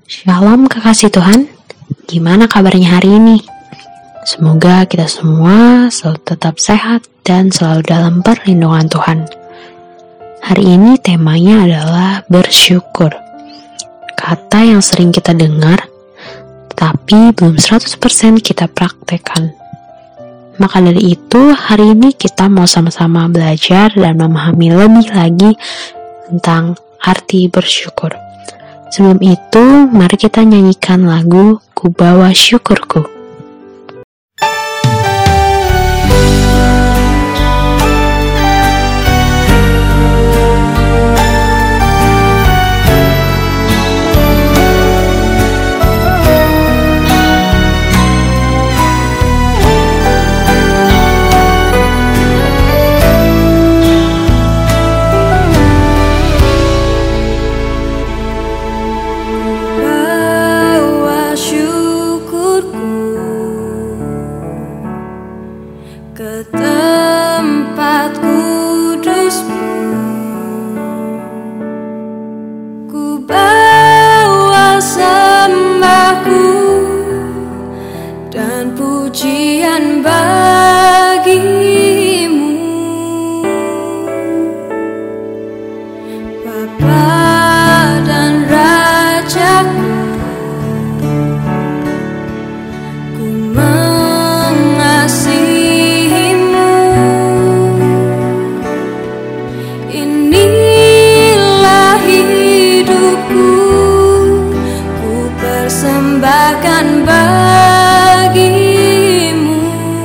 Shalom kekasih Tuhan, gimana kabarnya hari ini? Semoga kita semua selalu tetap sehat dan selalu dalam perlindungan Tuhan. Hari ini temanya adalah bersyukur. Kata yang sering kita dengar, tapi belum 100% kita praktekkan. Maka dari itu, hari ini kita mau sama-sama belajar dan memahami lebih lagi tentang arti bersyukur. Sebelum itu, mari kita nyanyikan lagu Ku Bawa Syukurku. Ke tempat kudus-Mu, ku bawa sembahku dan pujian bagi-Mu, Bapa dan Rajaku. Ku mengasihi-Mu, inilah hidupku, ku persembahkan bagi-Mu.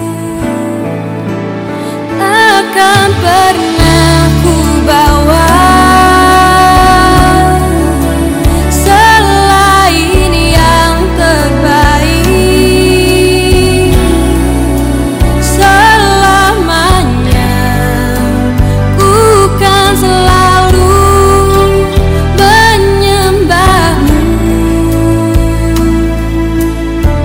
Takkan pernah ku bawa selain yang terbaik. Selamanya ku kan selalu menyembah-Mu.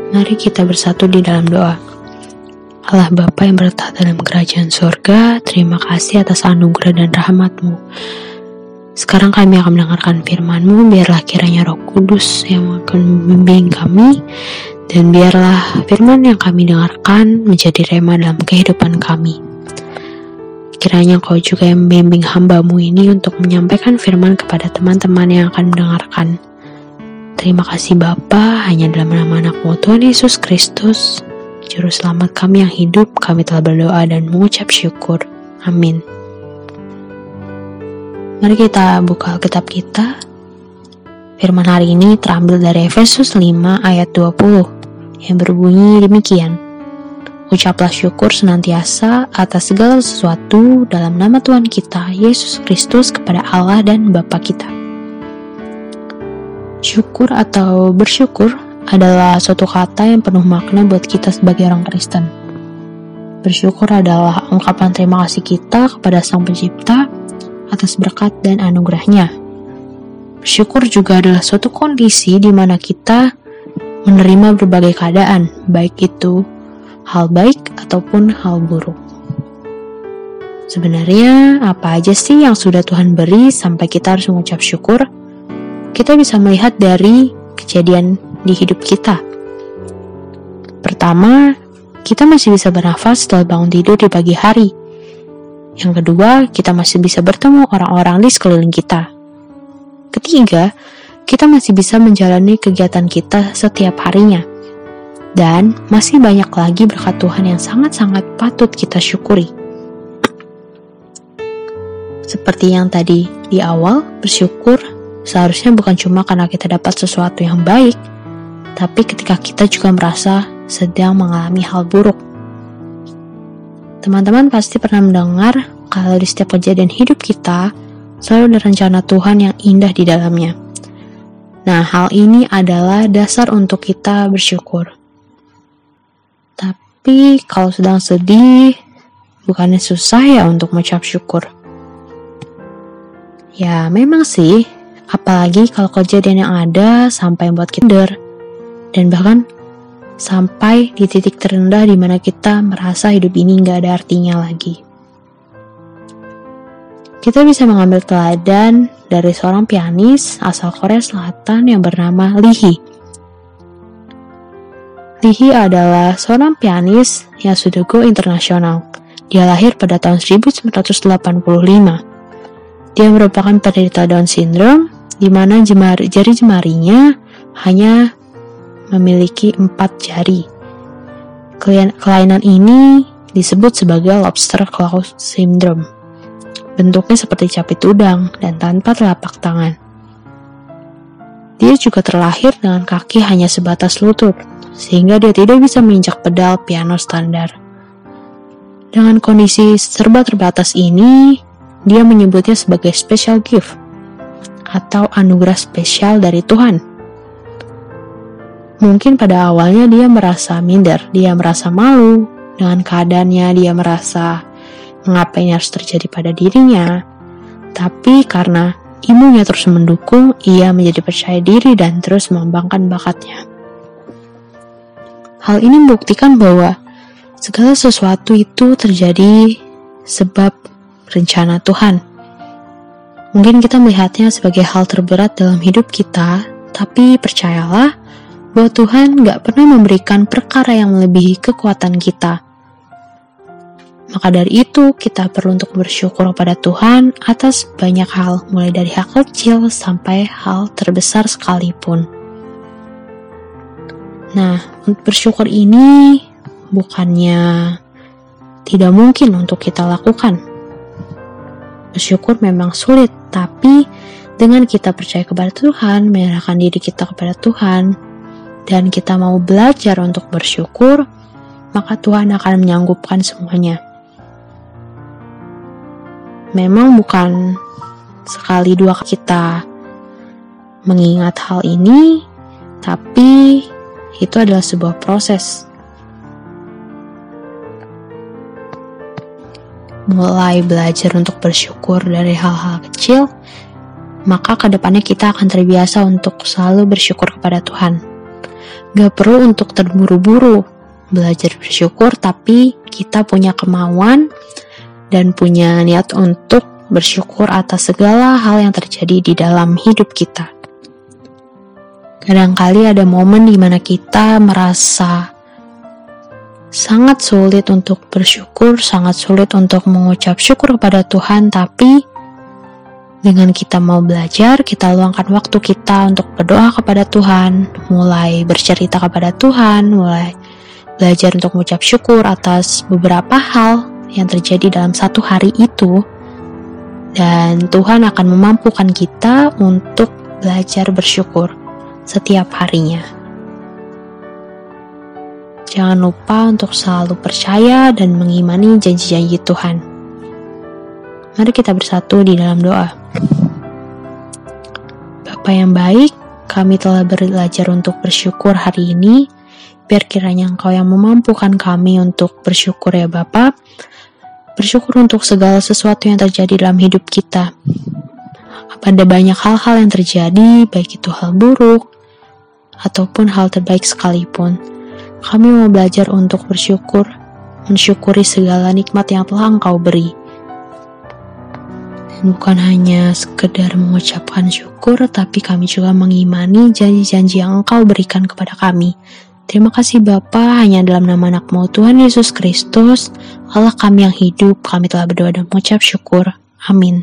Mari kita bersatu di dalam doa. Allah Bapa yang bertahta dalam kerajaan surga, terima kasih atas anugerah dan rahmat-Mu. Sekarang kami akan mendengarkan firman-Mu, biarlah kiranya Roh Kudus yang akan membimbing kami, dan biarlah firman yang kami dengarkan menjadi rema dalam kehidupan kami. Kiranya Kau juga yang membimbing hamba-Mu ini untuk menyampaikan firman kepada teman-teman yang akan mendengarkan. Terima kasih Bapa, hanya dalam nama anak-Mu Tuhan Yesus Kristus, Juru Selamat kami yang hidup, kami telah berdoa dan mengucap syukur. Amin. Mari kita buka Alkitab kita. Firman hari ini terambil dari Efesus 5 ayat 20 yang berbunyi demikian. Ucaplah syukur senantiasa atas segala sesuatu dalam nama Tuhan kita, Yesus Kristus, kepada Allah dan Bapa kita. Syukur atau bersyukur adalah suatu kata yang penuh makna buat kita sebagai orang Kristen. Bersyukur adalah ungkapan terima kasih kita kepada Sang Pencipta atas berkat dan anugerahnya. Bersyukur juga adalah suatu kondisi di mana kita menerima berbagai keadaan, baik itu hal baik ataupun hal buruk. Sebenarnya apa aja sih yang sudah Tuhan beri sampai kita harus mengucap syukur? Kita bisa melihat dari kejadian di hidup kita. Pertama, kita masih bisa bernafas setelah bangun tidur di pagi hari. Yang kedua, kita masih bisa bertemu orang-orang di sekeliling kita. Ketiga, kita masih bisa menjalani kegiatan kita setiap harinya. Dan masih banyak lagi berkat Tuhan yang sangat-sangat patut kita syukuri. Seperti yang tadi di awal, bersyukur seharusnya bukan cuma karena kita dapat sesuatu yang baik, tapi ketika kita juga merasa sedang mengalami hal buruk. Teman-teman pasti pernah mendengar kalau di setiap kejadian hidup kita selalu ada rencana Tuhan yang indah di dalamnya. Nah, hal ini adalah dasar untuk kita bersyukur. Tapi kalau sedang sedih, bukannya susah ya untuk mengucap syukur? Ya memang sih, apalagi kalau kejadian yang ada sampai membuat kita minder, dan bahkan sampai di titik terendah di mana kita merasa hidup ini gak ada artinya lagi. Kita bisa mengambil teladan dari seorang pianis asal Korea Selatan yang bernama Lee Hee. Lee Hee adalah seorang pianis yang sudah go internasional. Dia lahir pada tahun 1985. Dia merupakan penderita Down syndrome, di mana jari jemarinya hanya memiliki 4 jari. Kelainan ini disebut sebagai lobster claw syndrome. Bentuknya seperti capit udang dan tanpa telapak tangan. Dia juga terlahir dengan kaki hanya sebatas lutut, sehingga dia tidak bisa menginjak pedal piano standar. Dengan kondisi serba terbatas ini, dia menyebutnya sebagai special gift atau anugerah spesial dari Tuhan. Mungkin pada awalnya dia merasa minder, dia merasa malu dengan keadaannya, dia merasa mengapa ini harus terjadi pada dirinya. Tapi karena ibunya terus mendukung, ia menjadi percaya diri dan terus mengembangkan bakatnya. Hal ini membuktikan bahwa segala sesuatu itu terjadi sebab rencana Tuhan. Mungkin kita melihatnya sebagai hal terberat dalam hidup kita, tapi percayalah bahwa Tuhan gak pernah memberikan perkara yang melebihi kekuatan kita. Maka dari itu, kita perlu untuk bersyukur kepada Tuhan atas banyak hal, mulai dari hal kecil sampai hal terbesar sekalipun. Nah, untuk bersyukur ini bukannya tidak mungkin untuk kita lakukan. Bersyukur memang sulit, tapi dengan kita percaya kepada Tuhan, menyerahkan diri kita kepada Tuhan, dan kita mau belajar untuk bersyukur, maka Tuhan akan menyanggupkan semuanya. Memang bukan sekali dua kita mengingat hal ini, tapi itu adalah sebuah proses. Mulai belajar untuk bersyukur dari hal-hal kecil, maka kedepannya kita akan terbiasa untuk selalu bersyukur kepada Tuhan. Gak perlu untuk terburu-buru belajar bersyukur, tapi kita punya kemauan dan punya niat untuk bersyukur atas segala hal yang terjadi di dalam hidup kita. Kadangkali ada momen di mana kita merasa sangat sulit untuk bersyukur, sangat sulit untuk mengucap syukur kepada Tuhan, tapi dengan kita mau belajar, kita luangkan waktu kita untuk berdoa kepada Tuhan, mulai bercerita kepada Tuhan, mulai belajar untuk mengucap syukur atas beberapa hal yang terjadi dalam satu hari itu, dan Tuhan akan memampukan kita untuk belajar bersyukur setiap harinya. Jangan lupa untuk selalu percaya dan mengimani janji-janji Tuhan. Mari kita bersatu di dalam doa. Bapa yang baik, kami telah belajar untuk bersyukur hari ini. Biar kiranya Engkau yang memampukan kami untuk bersyukur ya Bapa. Bersyukur untuk segala sesuatu yang terjadi dalam hidup kita. Pada banyak hal-hal yang terjadi, baik itu hal buruk ataupun hal terbaik sekalipun. Kami mau belajar untuk bersyukur, mensyukuri segala nikmat yang telah Engkau beri. Dan bukan hanya sekedar mengucapkan syukur, tapi kami juga mengimani janji-janji yang Engkau berikan kepada kami. Terima kasih Bapa, hanya dalam nama anak-Mu Tuhan Yesus Kristus, Allah kami yang hidup, kami telah berdoa dan mengucap syukur. Amin.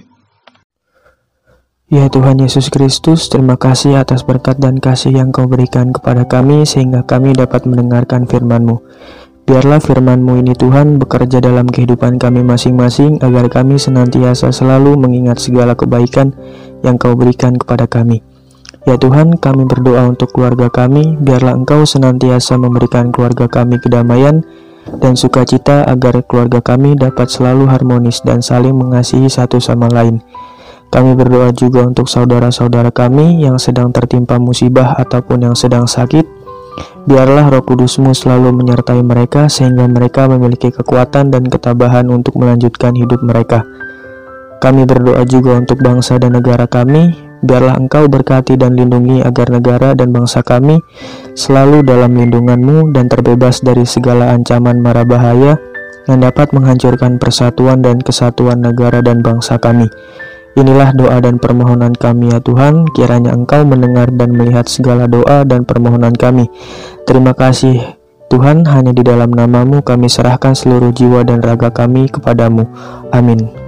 Ya Tuhan Yesus Kristus, terima kasih atas berkat dan kasih yang Kau berikan kepada kami sehingga kami dapat mendengarkan firman-Mu. Biarlah firman-Mu ini Tuhan bekerja dalam kehidupan kami masing-masing agar kami senantiasa selalu mengingat segala kebaikan yang Kau berikan kepada kami. Ya Tuhan, kami berdoa untuk keluarga kami, biarlah Engkau senantiasa memberikan keluarga kami kedamaian dan sukacita agar keluarga kami dapat selalu harmonis dan saling mengasihi satu sama lain. Kami berdoa juga untuk saudara-saudara kami yang sedang tertimpa musibah ataupun yang sedang sakit. Biarlah Roh Kudus-Mu selalu menyertai mereka sehingga mereka memiliki kekuatan dan ketabahan untuk melanjutkan hidup mereka. Kami berdoa juga untuk bangsa dan negara kami. Biarlah Engkau berkati dan lindungi agar negara dan bangsa kami selalu dalam lindungan-Mu dan terbebas dari segala ancaman mara bahaya yang dapat menghancurkan persatuan dan kesatuan negara dan bangsa kami. Inilah doa dan permohonan kami ya Tuhan, kiranya Engkau mendengar dan melihat segala doa dan permohonan kami. Terima kasih Tuhan, hanya di dalam nama-Mu kami serahkan seluruh jiwa dan raga kami kepadamu. Amin.